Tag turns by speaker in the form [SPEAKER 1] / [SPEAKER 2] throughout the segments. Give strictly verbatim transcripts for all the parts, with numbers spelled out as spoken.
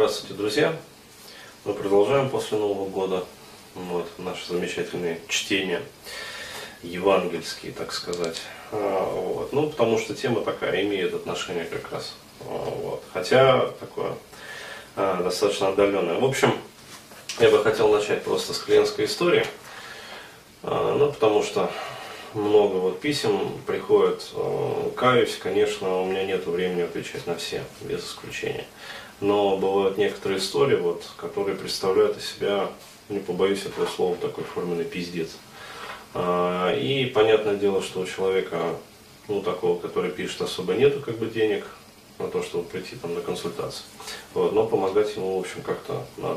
[SPEAKER 1] Здравствуйте, друзья! Мы продолжаем после Нового года вот, наши замечательные чтения, евангельские, так сказать. Вот. Ну, потому что тема такая, имеет отношение как раз. Вот. Хотя такое достаточно отдаленное. В общем, я бы хотел начать просто с клиентской истории. Ну, потому что много вот писем приходит, каюсь, конечно, у меня нет времени отвечать на все, без исключения. Но бывают некоторые истории, вот, которые представляют из себя, не побоюсь этого слова, такой форменный пиздец. И понятное дело, что у человека, ну, такого, который пишет, особо нету как бы денег на то, чтобы прийти там на консультацию. Вот, но помогать ему, в общем, как-то надо.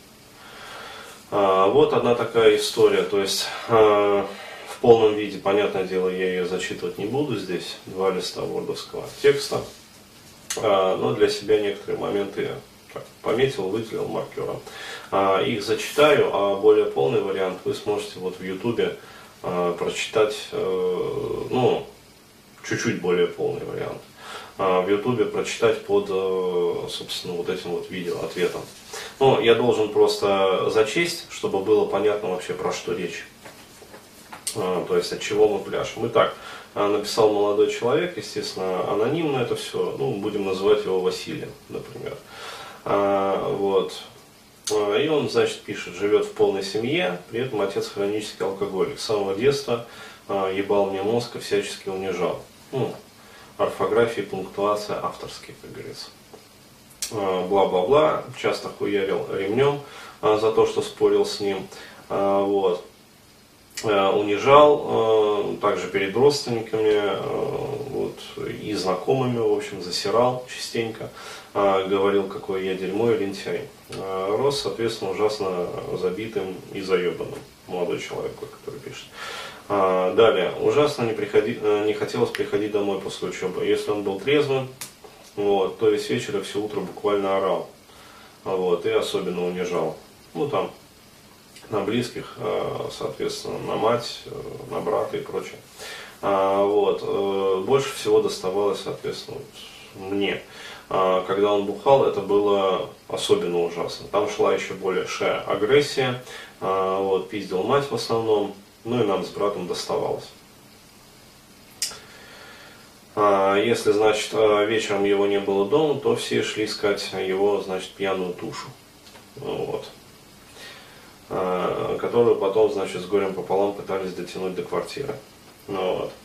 [SPEAKER 1] Вот одна такая история, то есть в полном виде, понятное дело, я ее зачитывать не буду здесь, два листа вордовского текста, но для себя некоторые моменты я так пометил, выделил маркером. Их зачитаю, а более полный вариант вы сможете вот в ютубе прочитать, ну, чуть-чуть более полный вариант. В ютубе прочитать под, собственно, вот этим вот видео ответом. Но я должен просто зачесть, чтобы было понятно вообще, про что речь. То есть от чего мы пляшем. Итак, написал молодой человек, естественно, анонимно это все, ну, будем называть его Василием, например. Вот. И он, значит, пишет, живет в полной семье, при этом отец хронический алкоголик. С самого детства ебал мне мозг и всячески унижал. Ну, орфография, пунктуация авторские, как говорится. Бла-бла-бла, часто хуярил ремнем за то, что спорил с ним. Вот. Унижал, также перед родственниками вот, и знакомыми, в общем, засирал частенько, говорил, какое я дерьмо и лентяй. Рос, соответственно, ужасно забитым и заебанным, молодой человек, который пишет. Далее, ужасно не, приходи, не хотелось приходить домой после учебы. Если он был трезвым, вот, то весь вечер и все утро буквально орал, вот, и особенно унижал. Ну, там, на близких, соответственно, на мать, на брата и прочее. Вот. Больше всего доставалось, соответственно, мне. Когда он бухал, это было особенно ужасно. Там шла еще большая агрессия, вот, пиздил мать в основном, ну и нам с братом доставалось. Если, значит, вечером его не было дома, то все шли искать его, значит, пьяную тушу. Вот. Которую потом, значит, с горем пополам пытались дотянуть до квартиры. Ну, вот.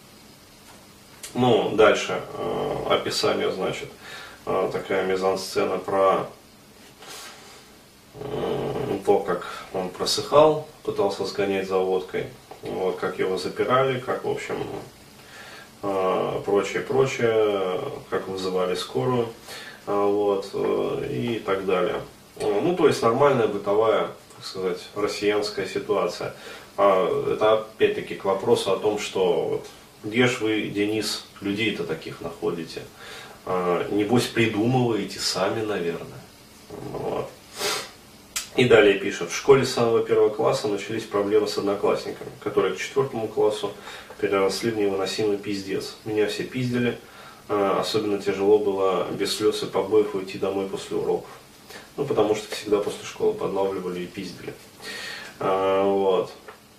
[SPEAKER 1] Ну, дальше э, описание, значит, э, такая мизансцена про э, то, как он просыхал, пытался сгонять за водкой, вот, как его запирали, как, в общем, э, прочее, прочее, как вызывали скорую, э, вот, э, и так далее. Ну, то есть нормальная бытовая, так сказать, россиянская ситуация. А это опять-таки к вопросу о том, что вот, где ж вы, Денис, людей-то таких находите? А, небось придумываете сами, наверное. Вот. И далее пишет, в школе с самого первого класса начались проблемы с одноклассниками, которые к четвертому классу переросли в невыносимый пиздец. Меня все пиздили, а, особенно тяжело было без слез и побоев уйти домой после уроков. Ну, потому что всегда после школы подлавливали и пиздили. А, вот.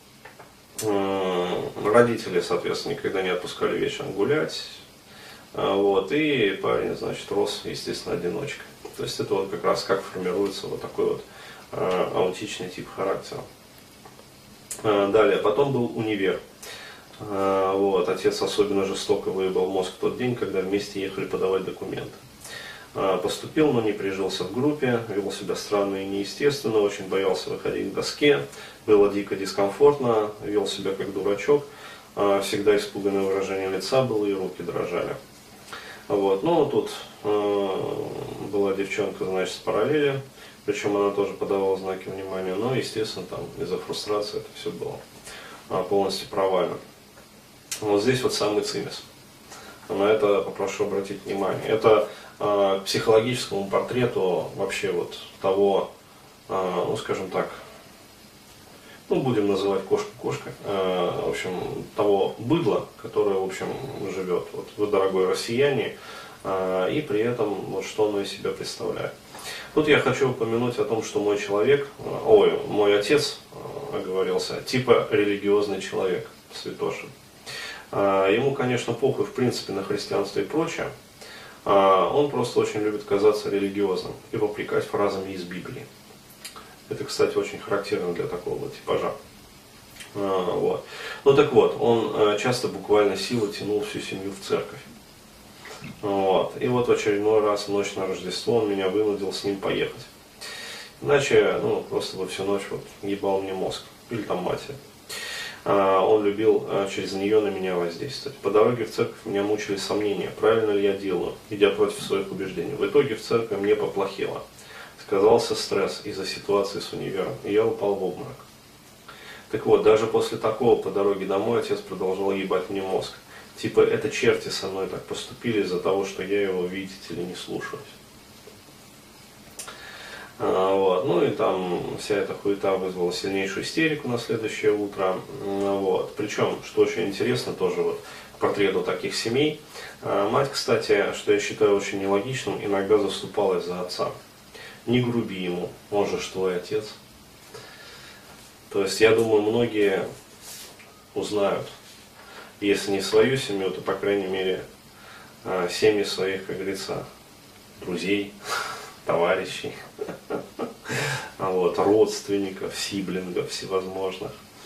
[SPEAKER 1] Родители, соответственно, никогда не отпускали вечером гулять. А, вот. И парень, значит, рос, естественно, одиночкой. То есть это вот как раз как формируется вот такой вот а, аутичный тип характера. А, далее, потом был универ. А, вот. Отец особенно жестоко выебал мозг в тот день, когда вместе ехали подавать документы. Поступил, но не прижился в группе, вел себя странно и неестественно, очень боялся выходить к доске, было дико дискомфортно, вел себя как дурачок, всегда испуганное выражение лица было и руки дрожали. Вот. Ну, тут э, была девчонка, значит, с параллели, причем она тоже подавала знаки внимания, но, естественно, там из-за фрустрации это все было полностью провально. Вот здесь вот самый цимис. На это попрошу обратить внимание. Это э, к психологическому портрету вообще вот того, э, ну скажем так, ну будем называть кошку кошкой, э, в общем, того быдла, которое, в общем, живет вот, в дорогой россияне, э, и при этом вот что оно из себя представляет. Тут я хочу упомянуть о том, что мой человек, ой, мой отец оговорился, типа религиозный человек, святоша. Ему, конечно, похуй в принципе на христианство и прочее. Он просто очень любит казаться религиозным и попрекать фразами из Библии. Это, кстати, очень характерно для такого вот типажа. Вот. Ну так вот, он часто буквально силой тянул всю семью в церковь. Вот. И вот в очередной раз, в ночь на Рождество, он меня вынудил с ним поехать. Иначе, ну, просто бы всю ночь вот ебал мне мозг. Или там матерь. Он любил через нее на меня воздействовать. По дороге в церковь меня мучили сомнения, правильно ли я делаю, идя против своих убеждений. В итоге в церкви мне поплохело. Сказался стресс из-за ситуации с универом, и я упал в обморок. Так вот, даже после такого по дороге домой отец продолжал ебать мне мозг. Типа, это черти со мной так поступили из-за того, что я его, видите ли, не слушаюсь. А, вот. Ну и там вся эта хуета вызвала сильнейшую истерику на следующее утро. Вот. Причем, что очень интересно, тоже вот к портрету таких семей. А, мать, кстати, что я считаю очень нелогичным, иногда заступалась за отца. Не груби ему, он же твой отец. То есть, я думаю, многие узнают, если не свою семью, то, по крайней мере, семьи своих, как говорится, друзей, товарищей, вот, родственников, сиблингов всевозможных.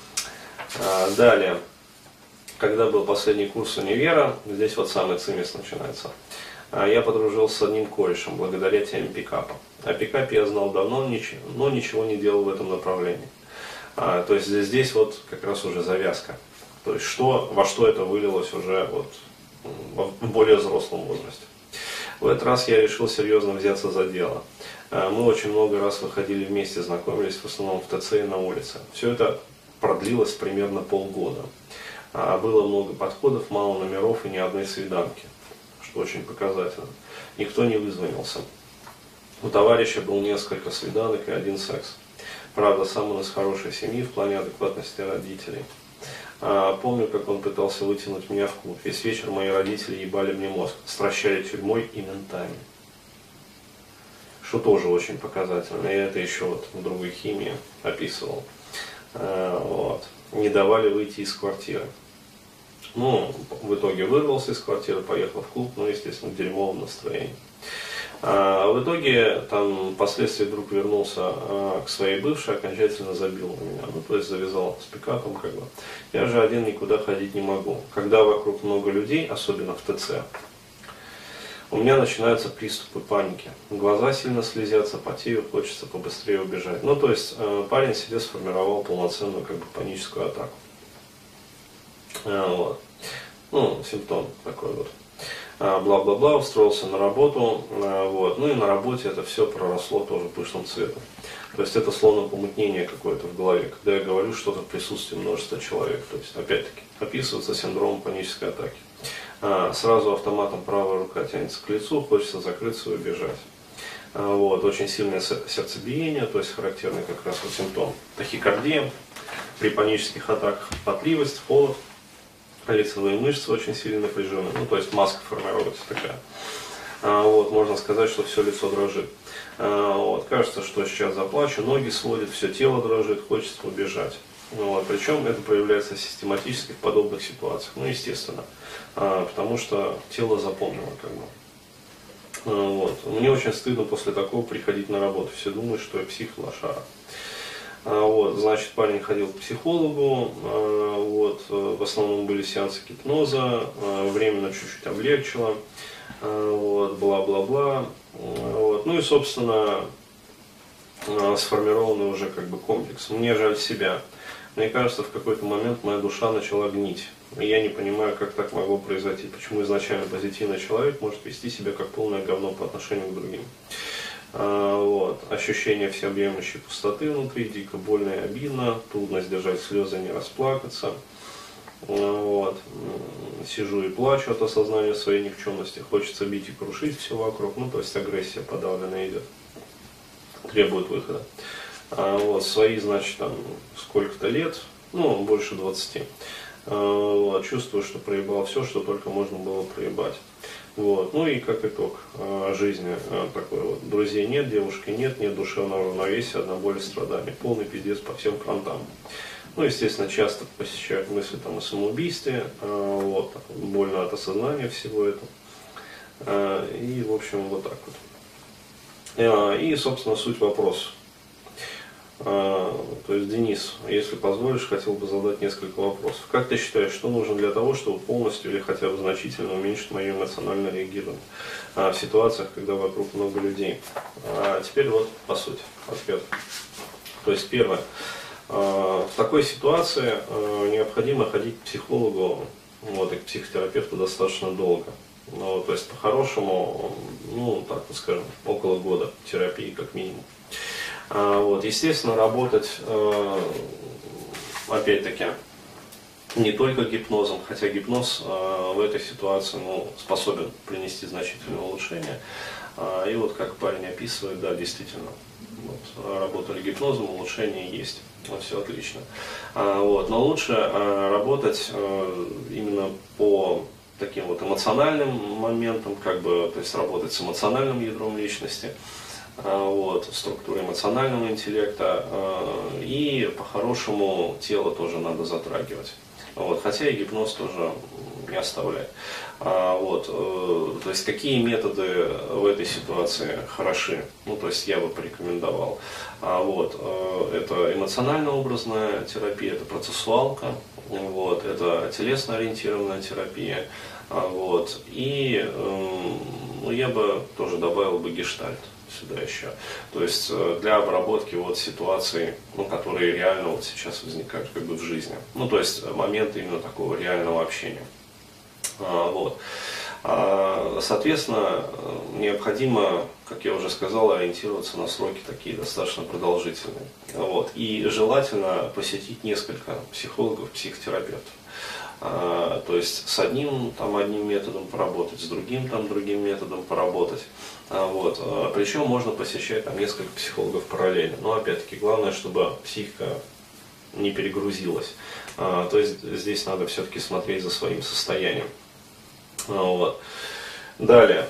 [SPEAKER 1] Далее, когда был последний курс универа, здесь вот самый цимис начинается. Я подружился с одним корешем благодаря теме пикапа. О пикапе я знал давно, но ничего не делал в этом направлении. А, то есть здесь, здесь вот как раз уже завязка. То есть что, во что это вылилось уже вот в более взрослом возрасте. В этот раз я решил серьезно взяться за дело. А, мы очень много раз выходили вместе, знакомились в основном в ТЦ и на улице. Все это продлилось примерно полгода. А, было много подходов, мало номеров и ни одной свиданки, что очень показательно. Никто не вызвонился. У товарища был несколько свиданок и один секс. Правда, сам он из хорошей семьи в плане адекватности родителей. А, помню, как он пытался вытянуть меня в клуб. Весь вечер мои родители ебали мне мозг, стращали тюрьмой и ментами. Что тоже очень показательно. Я это еще вот в другой химии описывал. А, вот. Не давали выйти из квартиры. Ну, в итоге вырвался из квартиры, поехал в клуб, ну, естественно, в дерьмовом настроении. А в итоге, там, впоследствии друг вернулся а, к своей бывшей, окончательно забил на меня, ну, то есть завязал с пикапом, как бы. Я же один никуда ходить не могу. Когда вокруг много людей, особенно в ТЦ, у меня начинаются приступы паники. Глаза сильно слезятся, потею, хочется побыстрее убежать. Ну, то есть, а, парень себе сформировал полноценную, как бы, паническую атаку. А, вот. Ну, симптом такой вот. Бла-бла-бла, устроился на работу, вот. Ну и на работе это все проросло тоже пышным цветом. То есть это словно помутнение какое-то в голове, когда я говорю что-то в присутствии множества человек. То есть, опять-таки, описывается синдром панической атаки. Сразу автоматом правая рука тянется к лицу, хочется закрыться и убежать. Вот. Очень сильное сердцебиение, то есть характерный как раз вот симптом тахикардия. При панических атаках потливость, холод. Лицевые мышцы очень сильно напряжены, ну то есть маска формируется такая. А, вот, можно сказать, что все лицо дрожит. А, вот, кажется, что сейчас заплачу, ноги сводят, все тело дрожит, хочется убежать. Вот, причем это проявляется систематически в подобных ситуациях, ну естественно, а, потому что тело запомнило как бы. А, вот. Мне очень стыдно после такого приходить на работу, все думают, что я псих и лошара. Вот, значит, парень ходил к психологу, вот, в основном были сеансы гипноза, временно чуть-чуть облегчило, вот, бла-бла-бла, вот, ну и, собственно, сформированный уже как бы комплекс. Мне жаль себя. Мне кажется, в какой-то момент моя душа начала гнить. И я не понимаю, как так могло произойти, почему изначально позитивный человек может вести себя как полное говно по отношению к другим. Вот. Ощущение всеобъемлющей пустоты внутри, дико больно и обидно, трудно сдержать слезы, не расплакаться. Вот. Сижу и плачу от осознания своей никчемности, хочется бить и крушить все вокруг, ну то есть агрессия подавленная идет, требует выхода. Вот. Свои, значит, там сколько-то лет, ну больше двадцати. Вот. Чувствую, что проебал все, что только можно было проебать. Вот. Ну и как итог э, жизни э, такой вот. Друзей нет, девушки нет, нет душевного равновесия, одна боль и страдания. Полный пиздец по всем фронтам. Ну, естественно, часто посещают мысли там, о самоубийстве, э, вот, больно от осознания всего этого. Э, и, в общем, вот так вот. Э, и, собственно, суть вопроса. То есть, Денис, если позволишь, хотел бы задать несколько вопросов. Как ты считаешь, что нужно для того, чтобы полностью или хотя бы значительно уменьшить мое эмоциональное реагирование в ситуациях, когда вокруг много людей? А теперь вот по сути ответ. То есть, первое. В такой ситуации необходимо ходить к психологу, вот, и к психотерапевту достаточно долго. Ну, то есть, по-хорошему, ну, так вот скажем, около года терапии как минимум. Вот, естественно, работать, опять-таки, не только гипнозом, хотя гипноз в этой ситуации, ну, способен принести значительное улучшение. И вот как парень описывает, да, действительно, вот, работали гипнозом, улучшение есть, вот, все отлично. Вот, но лучше работать именно по таким вот эмоциональным моментам, как бы, то есть работать с эмоциональным ядром личности. Вот, структура эмоционального интеллекта, и по-хорошему тело тоже надо затрагивать. Вот, хотя и гипноз тоже не оставляет. Вот, то есть какие методы в этой ситуации хороши? Ну, то есть я бы порекомендовал. Вот, это эмоционально-образная терапия, это процессуалка, вот, это телесно-ориентированная терапия. Вот, и ну, я бы тоже добавил бы гештальт сюда еще. То есть для обработки вот ситуаций, ну, которые реально вот сейчас возникают как бы в жизни. Ну, то есть моменты именно такого реального общения. А, вот. А, соответственно, необходимо, как я уже сказал, ориентироваться на сроки такие достаточно продолжительные. Вот. И желательно посетить несколько психологов, психотерапевтов. А, то есть с одним там одним методом поработать, с другим там другим методом поработать. А, вот. А, причем можно посещать там несколько психологов параллельно. Но опять-таки главное, чтобы психика не перегрузилась. А, то есть здесь надо все-таки смотреть за своим состоянием. А, вот. Далее.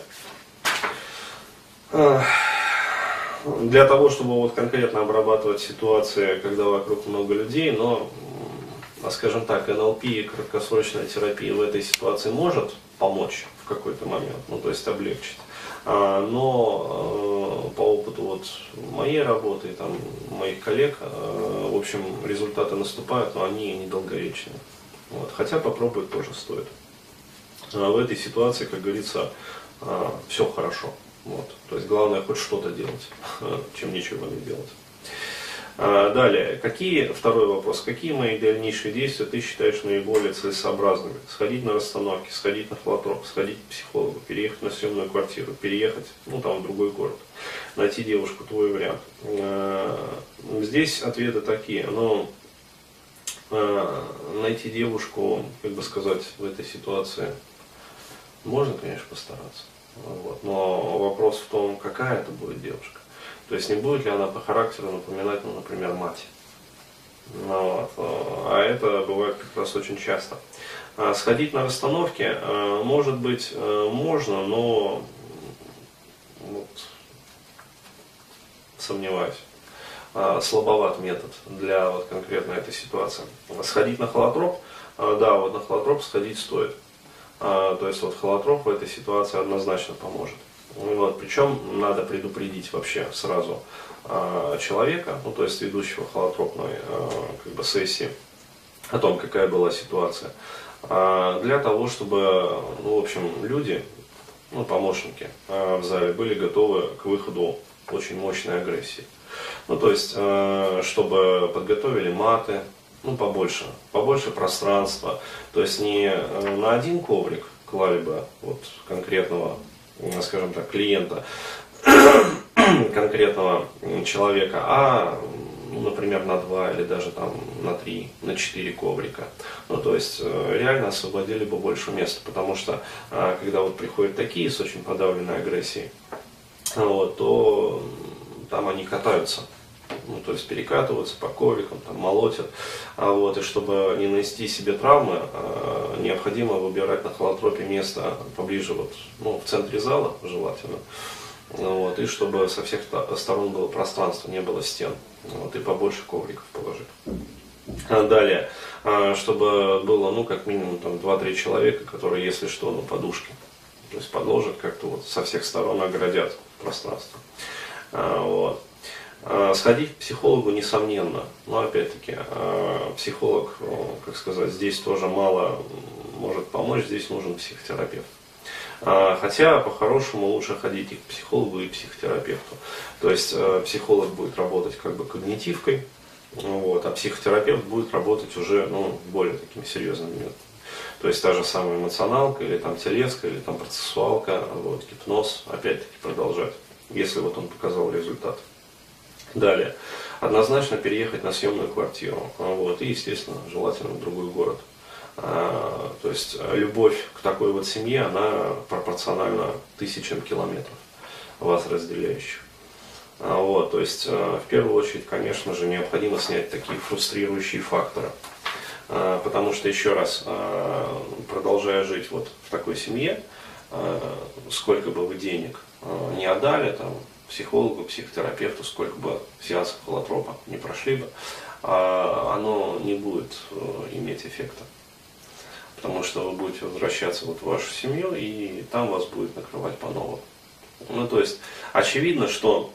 [SPEAKER 1] А, для того, чтобы вот конкретно обрабатывать ситуации, когда вокруг много людей, но, скажем так, эн эл пи и краткосрочная терапия в этой ситуации может помочь в какой-то момент, ну, то есть облегчить. А, но э, по опыту вот моей работы и там моих коллег, э, в общем, результаты наступают, но они недолговечные. Вот. Хотя попробовать тоже стоит. А в этой ситуации, как говорится, э, все хорошо. Вот. То есть главное хоть что-то делать, чем ничего не делать. Далее, какие, второй вопрос, какие мои дальнейшие действия ты считаешь наиболее целесообразными? Сходить на расстановки, сходить на филантроп, сходить к психологу, переехать на съемную квартиру, переехать, ну, там, в другой город, найти девушку, твой вариант. Здесь ответы такие, но найти девушку, как бы сказать, в этой ситуации можно, конечно, постараться. Вот. Но вопрос в том, какая это будет девушка. То есть не будет ли она по характеру напоминать, ну, например, мать. Ну, вот. А это бывает как раз очень часто. А сходить на расстановки, может быть, можно, но вот, сомневаюсь. Слабоват метод для вот конкретно этой ситуации. Сходить на холотроп, да, вот на холотроп сходить стоит. То есть вот холотроп в этой ситуации однозначно поможет. Вот, причем надо предупредить вообще сразу э, человека, ну, то есть ведущего холотропной э, как бы сессии, о том, какая была ситуация, э, для того, чтобы, ну, в общем, люди, ну, помощники э, в зале были готовы к выходу очень мощной агрессии. Ну, то есть, э, чтобы подготовили маты, ну, побольше, побольше пространства, то есть не на один коврик клали бы вот конкретного, скажем так, клиента, конкретного человека, а, ну, например, на два или даже там на три, на четыре коврика. Ну, то есть реально освободили бы больше места, потому что когда вот приходят такие с очень подавленной агрессией, вот, то там они катаются. Ну, то есть перекатываются по коврикам, там, молотят. А вот, и чтобы не нанести себе травмы, необходимо выбирать на холотропе место поближе, вот, ну, в центре зала желательно. Вот, и чтобы со всех сторон было пространство, не было стен. Вот, и побольше ковриков положить. А далее, чтобы было, ну, как минимум там два-три человека, которые, если что, на подушке. То есть подложат как-то вот со всех сторон, оградят пространство. Вот. Сходить к психологу несомненно, но опять-таки психолог, как сказать, здесь тоже мало может помочь, здесь нужен психотерапевт. Хотя по-хорошему лучше ходить и к психологу, и к психотерапевту. То есть психолог будет работать как бы когнитивкой, вот, а психотерапевт будет работать уже, ну, более такими серьезными методами. То есть та же самая эмоционалка, или там телеска, или там процессуалка, вот, гипноз, опять-таки продолжать, если вот он показал результат. Далее, однозначно переехать на съемную квартиру, вот, и, естественно, желательно в другой город. А, то есть любовь к такой вот семье, она пропорциональна тысячам километров вас разделяющих. А, вот, то есть в первую очередь, конечно же, необходимо снять такие фрустрирующие факторы. А, потому что, еще раз, а, продолжая жить вот в такой семье, а, сколько бы вы денег а, не отдали, там, психологу, психотерапевту, сколько бы сеансов холотропа не прошли бы, а, оно не будет а, иметь эффекта. Потому что вы будете возвращаться вот в вашу семью, и там вас будет накрывать по-новому. Ну, то есть, очевидно, что,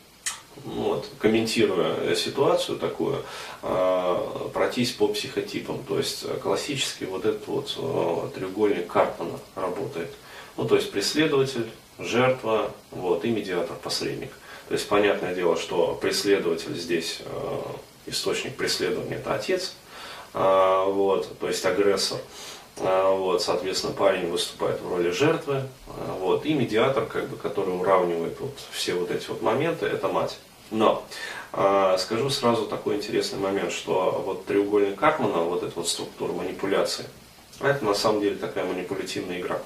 [SPEAKER 1] ну, вот, комментируя ситуацию такую, э, пройтись по психотипам. То есть, классически вот этот вот э, треугольник Карпмана работает. Ну, то есть, преследователь, жертва, вот, и медиатор, посредник. То есть, понятное дело, что преследователь здесь, э, источник преследования — это отец. Вот, то есть агрессор, вот, соответственно, парень выступает в роли жертвы, вот, и медиатор, как бы, который уравнивает вот все вот эти вот моменты, это мать. Но скажу сразу такой интересный момент, что вот треугольник Карпмана, вот эта вот структура манипуляции, это на самом деле такая манипулятивная игра.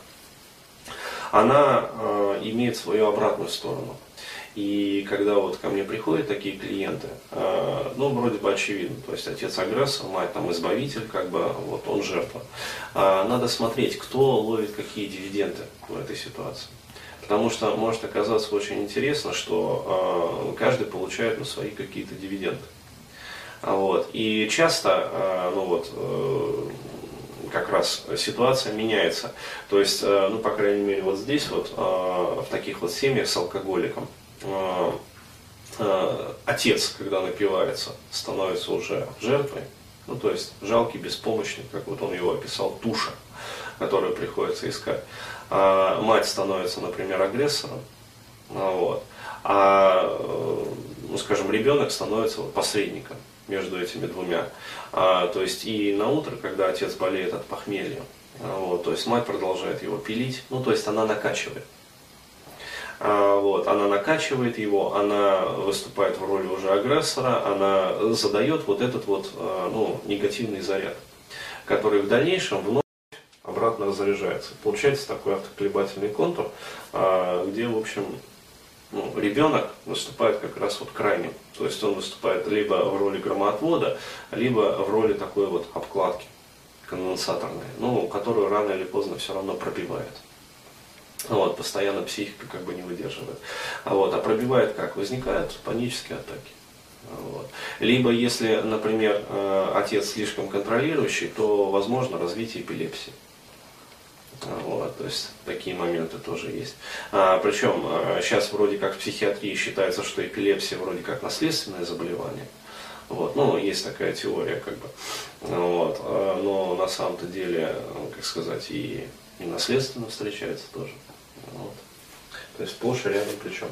[SPEAKER 1] Она имеет свою обратную сторону. И когда вот ко мне приходят такие клиенты, э, ну, вроде бы очевидно, то есть отец агрессор, мать там избавитель, как бы, вот он жертва. А надо смотреть, кто ловит какие дивиденды в этой ситуации. Потому что может оказаться очень интересно, что э, каждый получает, ну, свои какие-то дивиденды. Вот. И часто, э, ну вот, э, как раз ситуация меняется. То есть, э, ну, по крайней мере, вот здесь вот, э, в таких вот семьях с алкоголиком, отец, когда напивается, становится уже жертвой, ну, то есть жалкий, беспомощный, как вот он его описал, туша, которую приходится искать. А мать становится, например, агрессором, вот, а, ну, скажем, ребенок становится вот посредником между этими двумя. А, то есть и на утро, когда отец болеет от похмелья, вот, то есть мать продолжает его пилить, ну, то есть она накачивает. Вот, она накачивает его, она выступает в роли уже агрессора, она задает вот этот вот, ну, негативный заряд, который в дальнейшем вновь обратно разряжается. Получается такой автоколебательный контур, где, в общем, ну, ребенок выступает как раз вот крайним. То есть он выступает либо в роли громоотвода, либо в роли такой вот обкладки конденсаторной, ну, которую рано или поздно все равно пробивает. Вот, постоянно психика как бы не выдерживает. А, вот, а пробивает как? Возникают панические атаки. Вот. Либо если, например, отец слишком контролирующий, то возможно развитие эпилепсии. Вот, то есть такие моменты тоже есть. А, причем сейчас вроде как в психиатрии считается, что эпилепсия вроде как наследственное заболевание. Вот, ну, есть такая теория, как бы. Вот, но на самом-то деле, как сказать, и, и наследственно встречается тоже. Вот. То есть сплошь и рядом причем.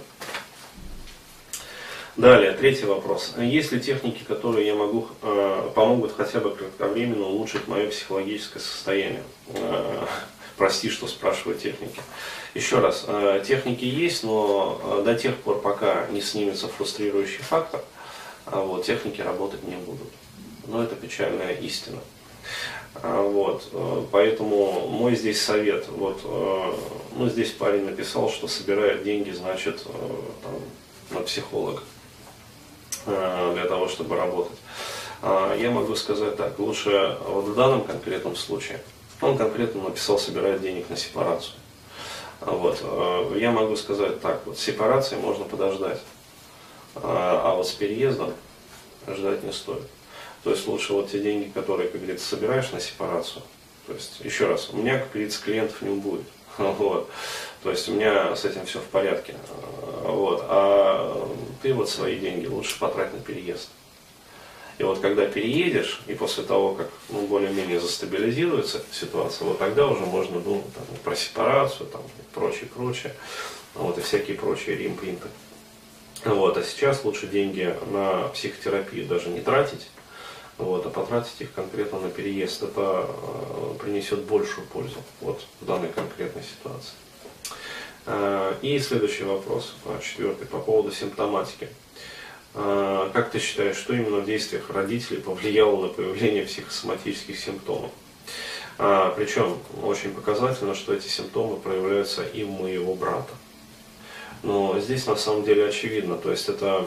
[SPEAKER 1] Далее, третий вопрос. Есть ли техники, которые я могу, э, помогут хотя бы кратковременно улучшить мое психологическое состояние? Э, прости, что спрашиваю техники. Еще раз, э, техники есть, но до тех пор, пока не снимется фрустрирующий фактор, э, вот, техники работать не будут. Но это печальная истина. Вот, поэтому мой здесь совет, вот, ну, здесь парень написал, что собирает деньги, значит, там, на психолога для того, чтобы работать. Я могу сказать так, лучше вот в данном конкретном случае Он конкретно написал, собирает денег на сепарацию. Вот. Я могу сказать так, вот с сепарацией можно подождать, а вот с переездом ждать не стоит. То есть лучше вот те деньги, которые, как говорится, собираешь на сепарацию. То есть, еще раз, у меня, как говорится, клиентов не будет. Вот. То есть у меня с этим все в порядке. Вот. А ты вот свои деньги лучше потрать на переезд. И вот когда переедешь, и после того, как ну, более-менее застабилизируется ситуация, вот тогда уже можно думать там, про сепарацию там, и прочее, прочее. Вот, и всякие прочие римпринты. Вот. А сейчас лучше деньги на психотерапию даже не тратить, вот, а потратить их конкретно на переезд. Это э, принесет большую пользу вот, в данной конкретной ситуации. Э, и следующий вопрос, четвертый, по поводу симптоматики. Как ты считаешь, что именно в действиях родителей повлияло на появление психосоматических симптомов? Причем очень показательно, что эти симптомы проявляются и у моего брата. Но здесь на самом деле очевидно, то есть это,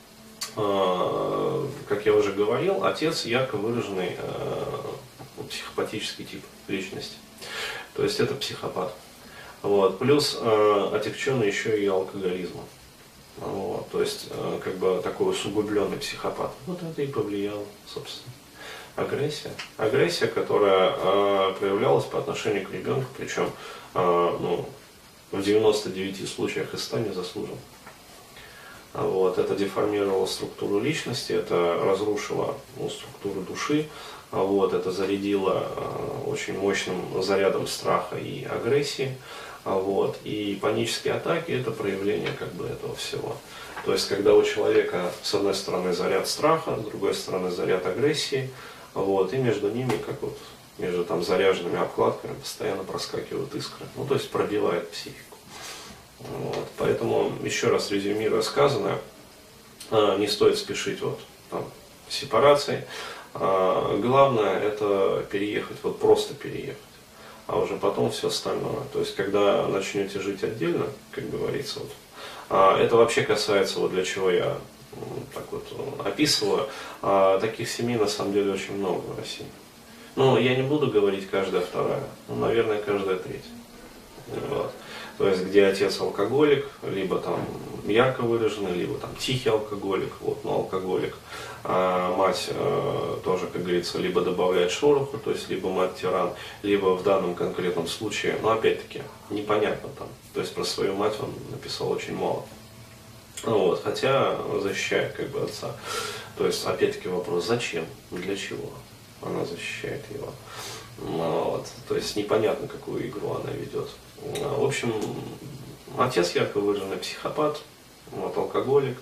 [SPEAKER 1] как я уже говорил, отец ярко выраженный психопатический тип личности. То есть это психопат. Вот. Плюс отягченный еще и алкоголизмом. Вот, то есть, э, как бы такой усугубленный психопат. Вот это и повлияло, собственно. Агрессия. Агрессия, которая э, проявлялась по отношению к ребенку, причем э, ну, в девяноста девяти случаях из ста незаслуженно. Вот, это деформировало структуру личности, это разрушило ну, структуру души, вот, это зарядило э, очень мощным зарядом страха и агрессии. Вот. И панические атаки – это проявление как бы этого всего. То есть, когда у человека с одной стороны заряд страха, с другой стороны заряд агрессии, вот, и между ними, как вот между там заряженными обкладками, постоянно проскакивают искры. Ну, то есть, пробивает психику. Вот. Поэтому, еще раз резюмируя сказанное, не стоит спешить вот, там, с сепарацией. Главное – это переехать, вот просто переехать. А уже потом все остальное. То есть, когда начнете жить отдельно, как говорится, вот, а, это вообще касается, вот для чего я так вот описываю, а, таких семей на самом деле очень много в России. Ну, я не буду говорить каждая вторая, ну, наверное, каждая третья. Вот. То есть, где отец алкоголик, либо там ярко выраженный, либо там тихий алкоголик, вот, но алкоголик. А мать э, тоже, как говорится, либо добавляет шороху, то есть, либо мать тиран, либо в данном конкретном случае, ну, опять-таки, непонятно там. То есть, про свою мать он написал очень мало. Вот, хотя защищает, как бы, отца. То есть, опять-таки, вопрос, зачем, для чего она защищает его. Вот. То есть, непонятно, какую игру она ведет. В общем, отец ярко выраженный психопат, вот, алкоголик.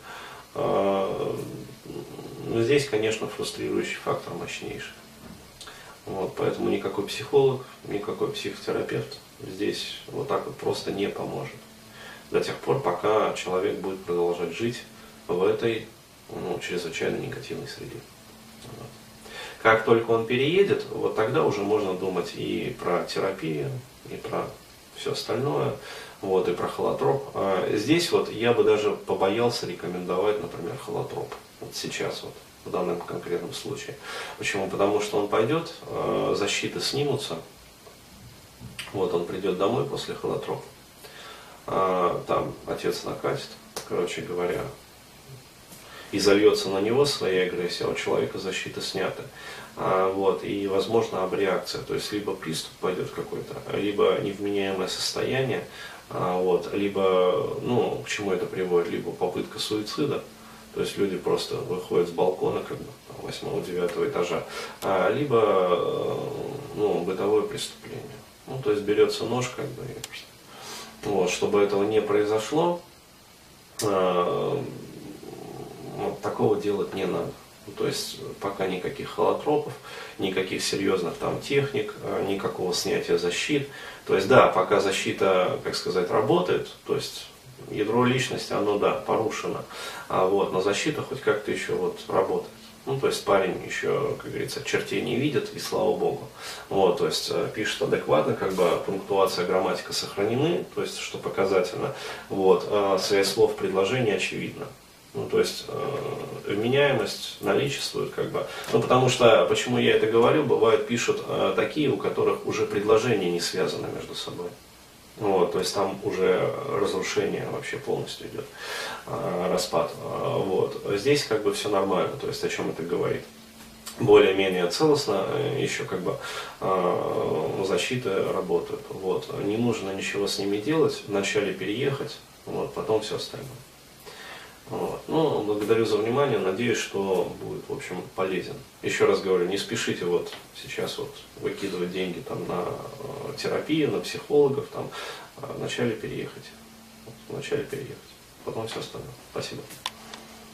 [SPEAKER 1] Но здесь, конечно, фрустрирующий фактор мощнейший. Вот, поэтому никакой психолог, никакой психотерапевт здесь вот так вот просто не поможет. До тех пор, пока человек будет продолжать жить в этой ну, чрезвычайно негативной среде. Вот. Как только он переедет, вот тогда уже можно думать и про терапию, и про все остальное, вот, и про холотроп. А здесь вот я бы даже побоялся рекомендовать, например, холотроп. Вот сейчас, вот, в данном конкретном случае. Почему? Потому что он пойдет, э, защиты снимутся, вот, он придет домой после холотропа, э, там отец накатит, короче говоря, и зальется на него своей агрессией, а у человека защита снята. А, вот, и, возможно, абреакция, то есть, либо приступ пойдет какой-то, либо невменяемое состояние, а, вот, либо, ну, к чему это приводит, либо попытка суицида, то есть, люди просто выходят с балкона, как бы, восьмого-девятого этажа, а, либо, ну, бытовое преступление. Ну, то есть, берется нож, как бы, и, вот, чтобы этого не произошло, а, вот, такого делать не надо. Ну, то есть пока никаких холотропов, никаких серьезных там техник, никакого снятия защит. То есть да, пока защита, как сказать, работает, то есть ядро личности, оно да, порушено, а вот, но защита хоть как-то еще вот работает. Ну, то есть парень еще, как говорится, чертей не видит, и слава богу. Вот, то есть пишет адекватно, как бы пунктуация, грамматика сохранены, то есть что показательно. Вот, связь слов, предложений очевидна. Ну, то есть э, вменяемость наличествует, как бы. Ну, потому что, почему я это говорю, бывают пишут э, такие, у которых уже предложения не связаны между собой. Вот, то есть там уже разрушение вообще полностью идет, э, распад. Э, вот. Здесь как бы все нормально, то есть о чем это говорит. Более-менее целостно, еще как бы э, защиты работают. Вот. Не нужно ничего с ними делать, вначале переехать, вот, потом все остальное. Вот. Ну, благодарю за внимание, надеюсь, что будет, в общем, полезен. Еще раз говорю, не спешите вот сейчас вот выкидывать деньги там на э, терапию, на психологов, там, э, вначале переехать. Вот, вначале переехать, потом все остальное. Спасибо.